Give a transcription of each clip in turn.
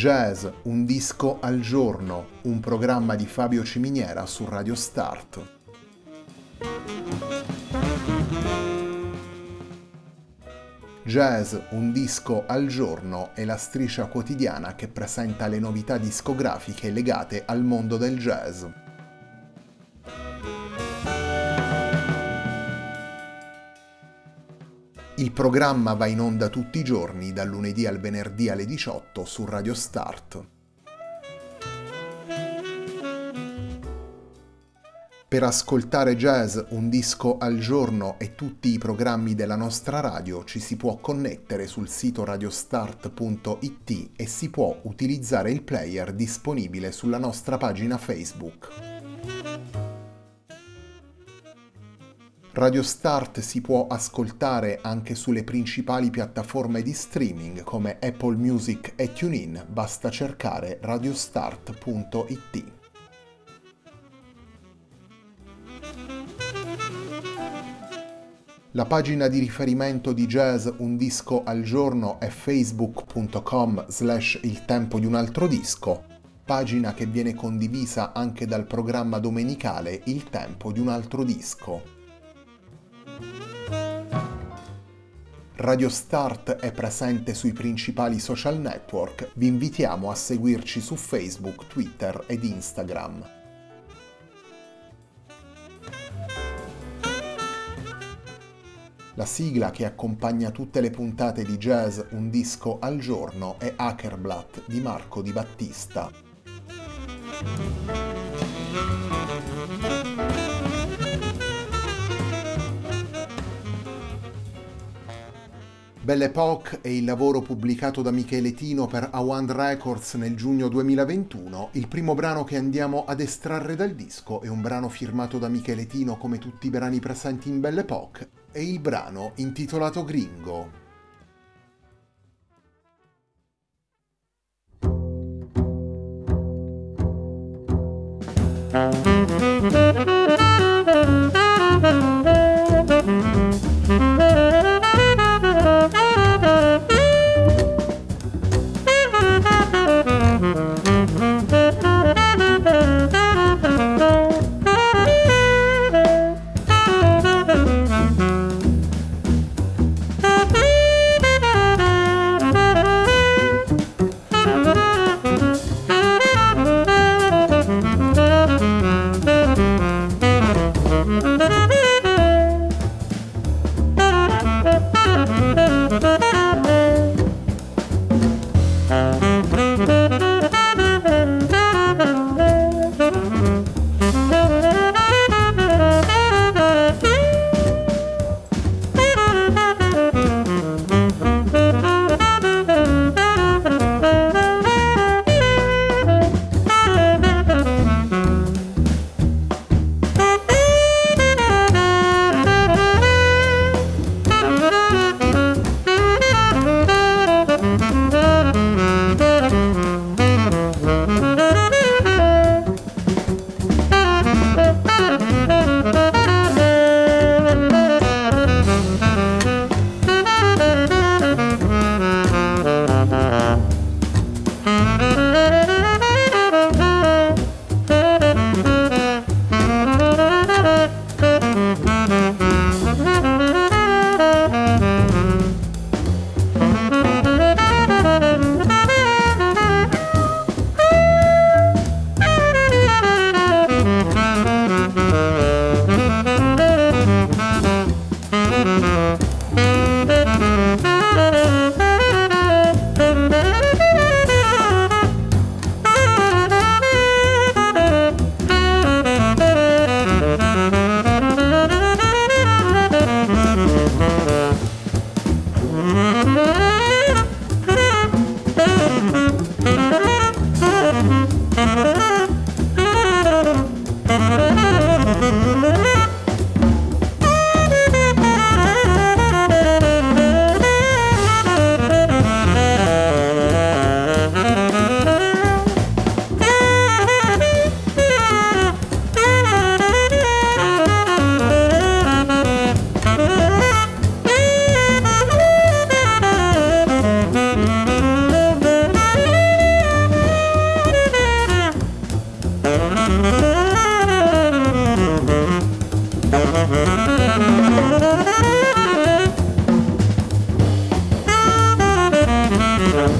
Jazz, un disco al giorno, un programma di Fabio Ciminiera su Radio Start. Jazz, un disco al giorno è la striscia quotidiana che presenta le novità discografiche legate al mondo del jazz. Il programma va in onda tutti i giorni, dal lunedì al venerdì alle 18 su Radio Start. Per ascoltare Jazz, un disco al giorno e tutti i programmi della nostra radio ci si può connettere sul sito radiostart.it e si può utilizzare il player disponibile sulla nostra pagina Facebook. Radio Start si può ascoltare anche sulle principali piattaforme di streaming come Apple Music e TuneIn, basta cercare radiostart.it. La pagina di riferimento di Jazz Un Disco al Giorno è facebook.com/il tempo di un altro disco, pagina che viene condivisa anche dal programma domenicale Il tempo di un altro disco. Radio Start è presente sui principali social network, vi invitiamo a seguirci su Facebook, Twitter ed Instagram. La sigla che accompagna tutte le puntate di Jazz Un Disco al Giorno è Hackerblatt di Marco Di Battista. Belle Époque è il lavoro pubblicato da Michele Tino per Awand Records nel giugno 2021. Il primo brano che andiamo ad estrarre dal disco è un brano firmato da Michele Tino come tutti i brani presenti in Belle Époque, è il brano intitolato Gringo.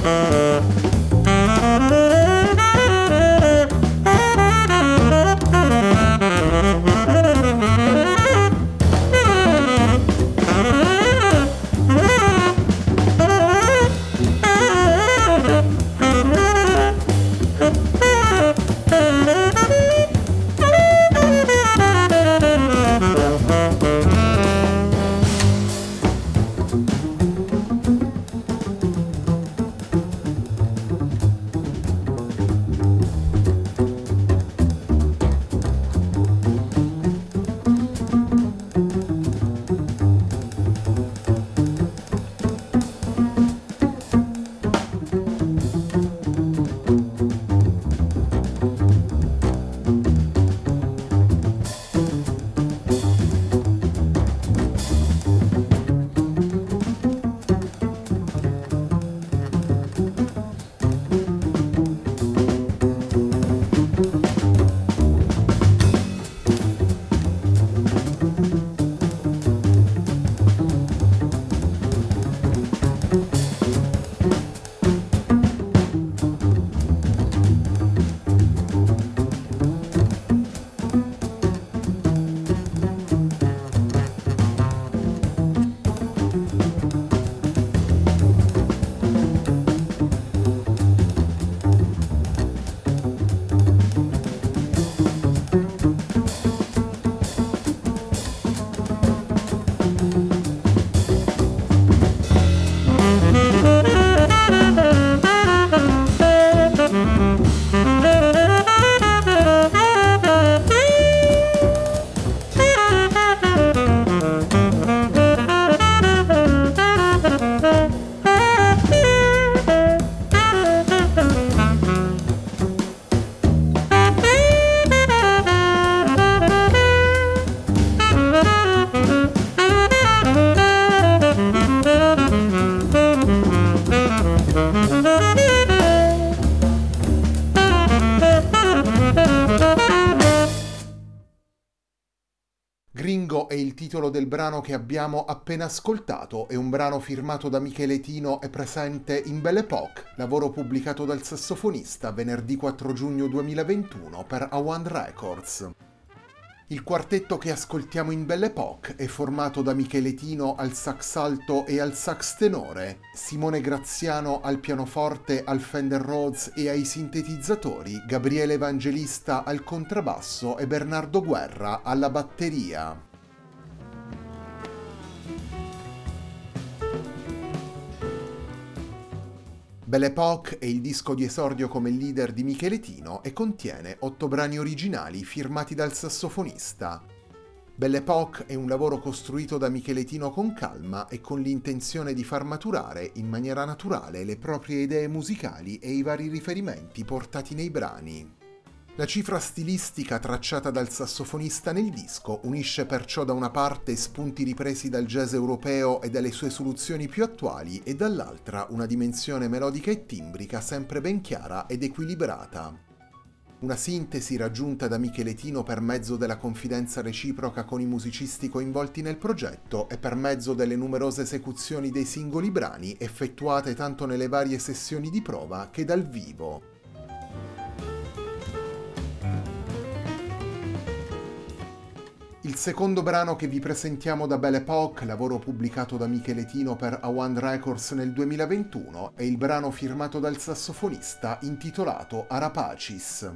Gringo è il titolo del brano che abbiamo appena ascoltato, è un brano firmato da Michele Tino e presente in Belle Époque, lavoro pubblicato dal sassofonista venerdì 4 giugno 2021 per A1 Records. Il quartetto che ascoltiamo in Belle Époque è formato da Michele Tino al sax alto e al sax tenore, Simone Graziano al pianoforte, al Fender Rhodes e ai sintetizzatori, Gabriele Evangelista al contrabbasso e Bernardo Guerra alla batteria. Belle Époque è il disco di esordio come leader di Michele Tino e contiene 8 brani originali firmati dal sassofonista. Belle Époque è un lavoro costruito da Michele Tino con calma e con l'intenzione di far maturare in maniera naturale le proprie idee musicali e i vari riferimenti portati nei brani. La cifra stilistica tracciata dal sassofonista nel disco unisce perciò da una parte spunti ripresi dal jazz europeo e dalle sue soluzioni più attuali e dall'altra una dimensione melodica e timbrica sempre ben chiara ed equilibrata. Una sintesi raggiunta da Michele Tino per mezzo della confidenza reciproca con i musicisti coinvolti nel progetto e per mezzo delle numerose esecuzioni dei singoli brani effettuate tanto nelle varie sessioni di prova che dal vivo. Il secondo brano che vi presentiamo da Belle Époque, lavoro pubblicato da Michele Tino per A1 Records nel 2021, è il brano firmato dal sassofonista intitolato Arapacis.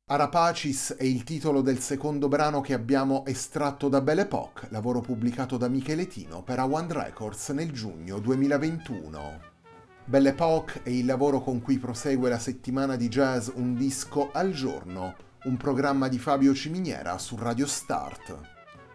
Arapacis è il titolo del secondo brano che abbiamo estratto da Belle Époque, lavoro pubblicato da Michele Tino per Awand Records nel giugno 2021. Belle Époque è il lavoro con cui prosegue la settimana di jazz Un disco al giorno, un programma di Fabio Ciminiera su Radio Start.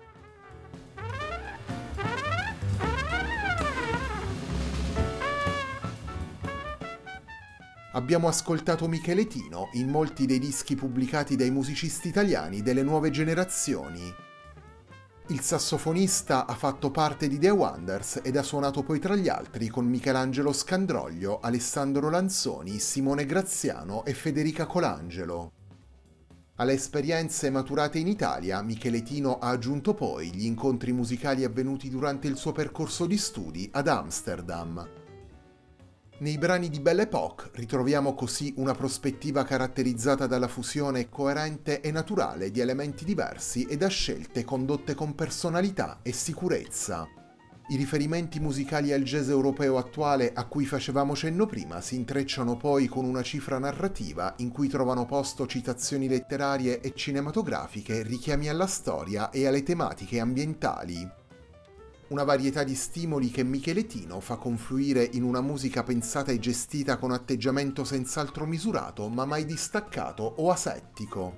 Abbiamo ascoltato Michele Tino in molti dei dischi pubblicati dai musicisti italiani delle nuove generazioni. Il sassofonista ha fatto parte di The Wonders ed ha suonato poi tra gli altri con Michelangelo Scandroglio, Alessandro Lanzoni, Simone Graziano e Federica Colangelo. Alle esperienze maturate in Italia, Michele Tino ha aggiunto poi gli incontri musicali avvenuti durante il suo percorso di studi ad Amsterdam. Nei brani di Belle Époque ritroviamo così una prospettiva caratterizzata dalla fusione coerente e naturale di elementi diversi e da scelte condotte con personalità e sicurezza. I riferimenti musicali al jazz europeo attuale a cui facevamo cenno prima si intrecciano poi con una cifra narrativa in cui trovano posto citazioni letterarie e cinematografiche, richiami alla storia e alle tematiche ambientali. Una varietà di stimoli che Michele Tino fa confluire in una musica pensata e gestita con atteggiamento senz'altro misurato, ma mai distaccato o asettico.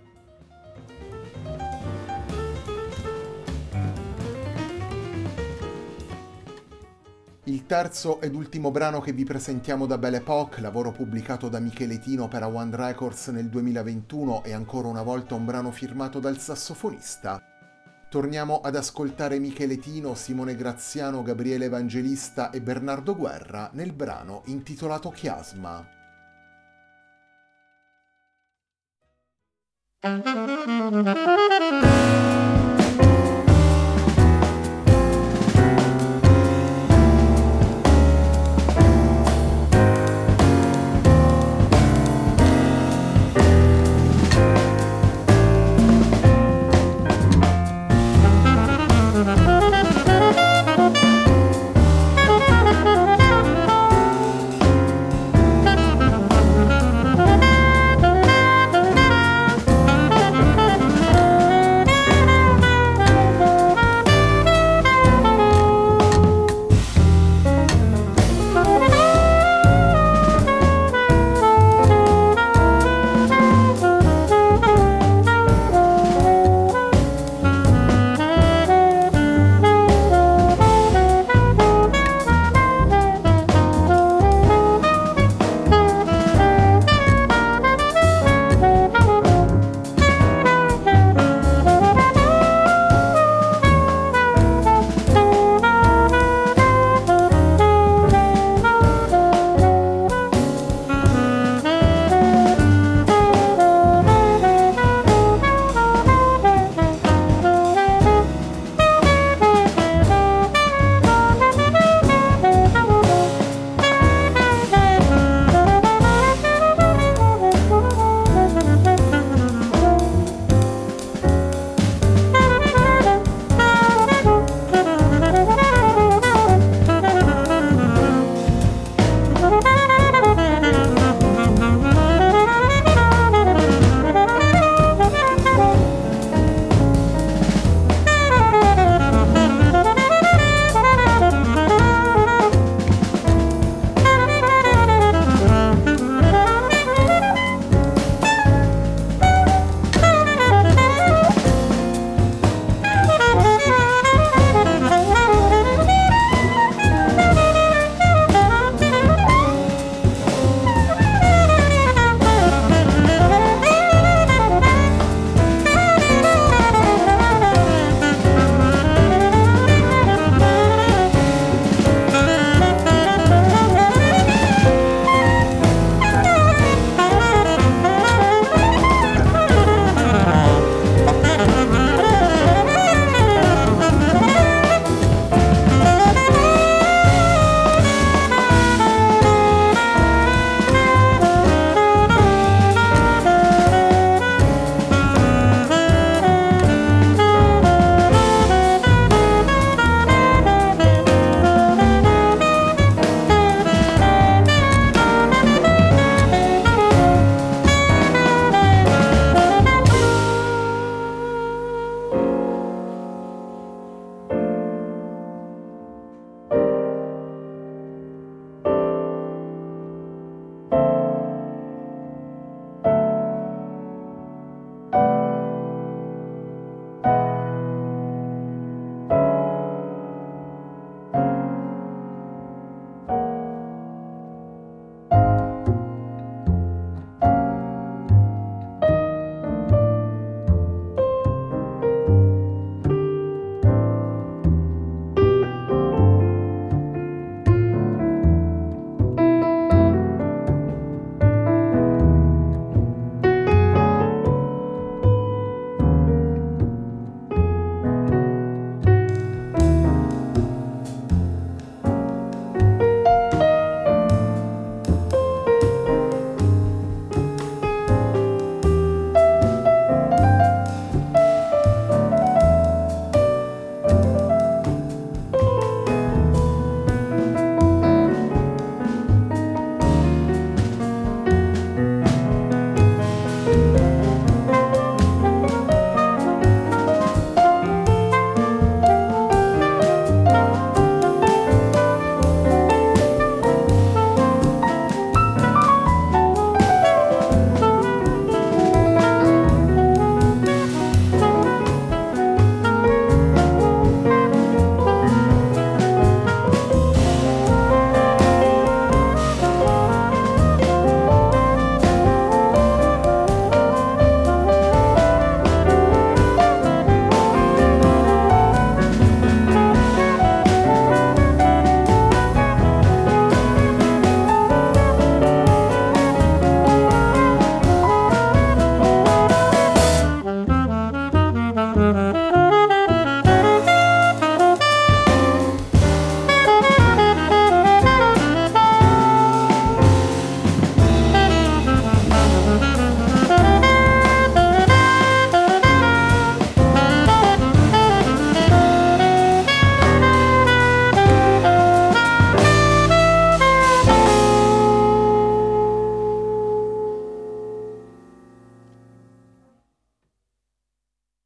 Il terzo ed ultimo brano che vi presentiamo da Belle Époque, lavoro pubblicato da Michele Tino per Awand Records nel 2021 e ancora una volta un brano firmato dal sassofonista. Torniamo ad ascoltare Michele Tino, Simone Graziano, Gabriele Evangelista e Bernardo Guerra nel brano intitolato Chiasma.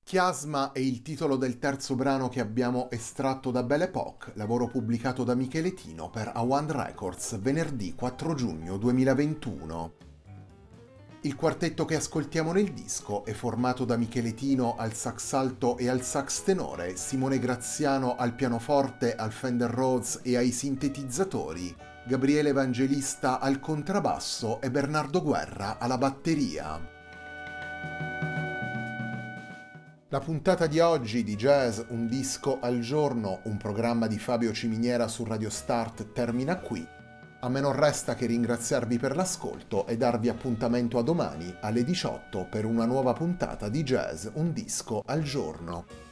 Chiasma è il titolo del terzo brano che abbiamo estratto da Belle Époque, lavoro pubblicato da Michele Tino per A1 Records venerdì 4 giugno 2021. Il quartetto che ascoltiamo nel disco è formato da Michele Tino al sax alto e al sax tenore, Simone Graziano al pianoforte, al Fender Rhodes e ai sintetizzatori, Gabriele Evangelista al contrabbasso e Bernardo Guerra alla batteria. La puntata di oggi di Jazz Un disco al giorno, un programma di Fabio Ciminiera su Radio Start, termina qui. A me non resta che ringraziarvi per l'ascolto e darvi appuntamento a domani alle 18 per una nuova puntata di Jazz Un disco al giorno.